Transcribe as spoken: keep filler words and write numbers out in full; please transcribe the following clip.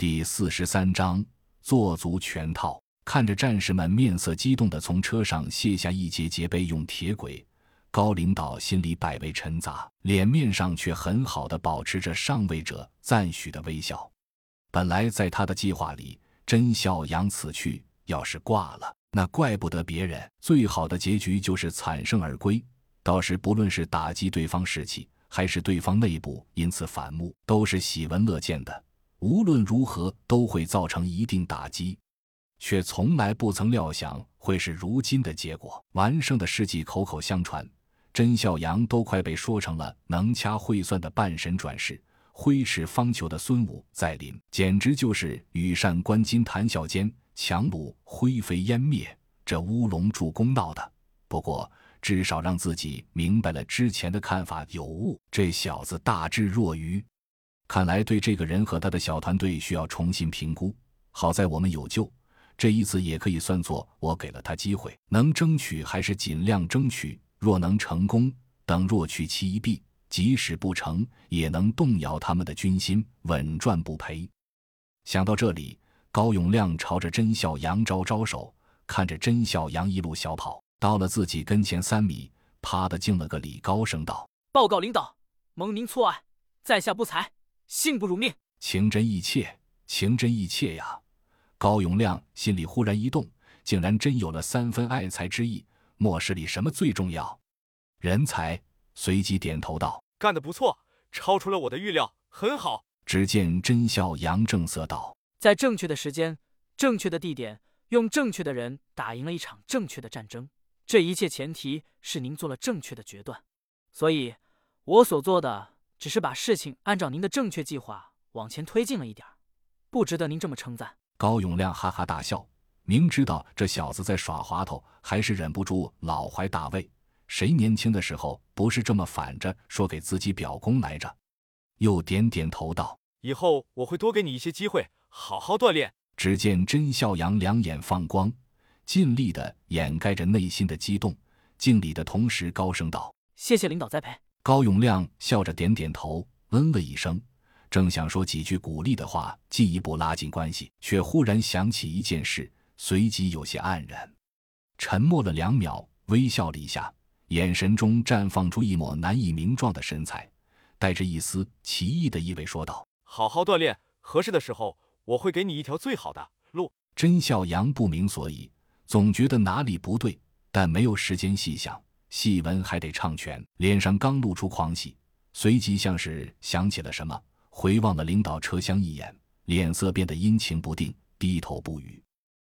第四十三章做足全套。看着战士们面色激动地从车上卸下一节节备用铁轨，高领导心里百味陈杂，脸面上却很好地保持着上位者赞许的微笑。本来在他的计划里，甄孝阳此去要是挂了，那怪不得别人，最好的结局就是惨胜而归。到时不论是打击对方士气，还是对方内部因此反目，都是喜闻乐见的，无论如何都会造成一定打击。却从来不曾料想会是如今的结果。完胜的事迹口口相传，甄孝阳都快被说成了能掐会算的半神转世，挥斥方遒的孙武在临，简直就是羽扇纶巾谈笑间，强弩灰飞烟灭，这乌龙助攻闹的。不过至少让自己明白了之前的看法有误，这小子大智若愚。看来对这个人和他的小团队需要重新评估，好在我们有救，这一次也可以算作我给了他机会，能争取还是尽量争取，若能成功，等若去其一弊，即使不成，也能动摇他们的军心，稳赚不赔。想到这里，高永亮朝着甄孝阳招招手，看着甄孝阳一路小跑，到了自己跟前三米，啪的敬了个礼，高声道： 报告领导，蒙您错爱，在下不才，幸不辱命。 情真意切，情真意切呀。高永亮心里忽然一动，竟然真有了三分爱才之意。末世里什么最重要？人才。随即点头道： 干得不错，超出了我的预料，很好。 只见甄孝阳正色道： 在正确的时间，正确的地点，用正确的人打赢了一场正确的战争，这一切前提是您做了正确的决断。所以我所做的只是把事情按照您的正确计划往前推进了一点，不值得您这么称赞。 高永亮哈哈大笑，明知道这小子在耍滑头，还是忍不住老怀大慰。谁年轻的时候不是这么反着说给自己表功来着？又点点头道： 以后我会多给你一些机会，好好锻炼。 只见甄孝阳两眼放光，尽力地掩盖着内心的激动，敬礼的同时高声道： 谢谢领导栽培。 高永亮笑着点点头，嗯了一声，正想说几句鼓励的话，进一步拉近关系，却忽然想起一件事，随即有些黯然。沉默了两秒，微笑了一下，眼神中绽放出一抹难以名状的神采，带着一丝奇异的意味说道： 好好锻炼，合适的时候我会给你一条最好的路。 甄孝阳不明所以，总觉得哪里不对，但没有时间细想，戏文还得唱全，脸上刚露出狂喜，随即像是想起了什么，回望了领导车厢一眼，脸色变得阴晴不定，低头不语。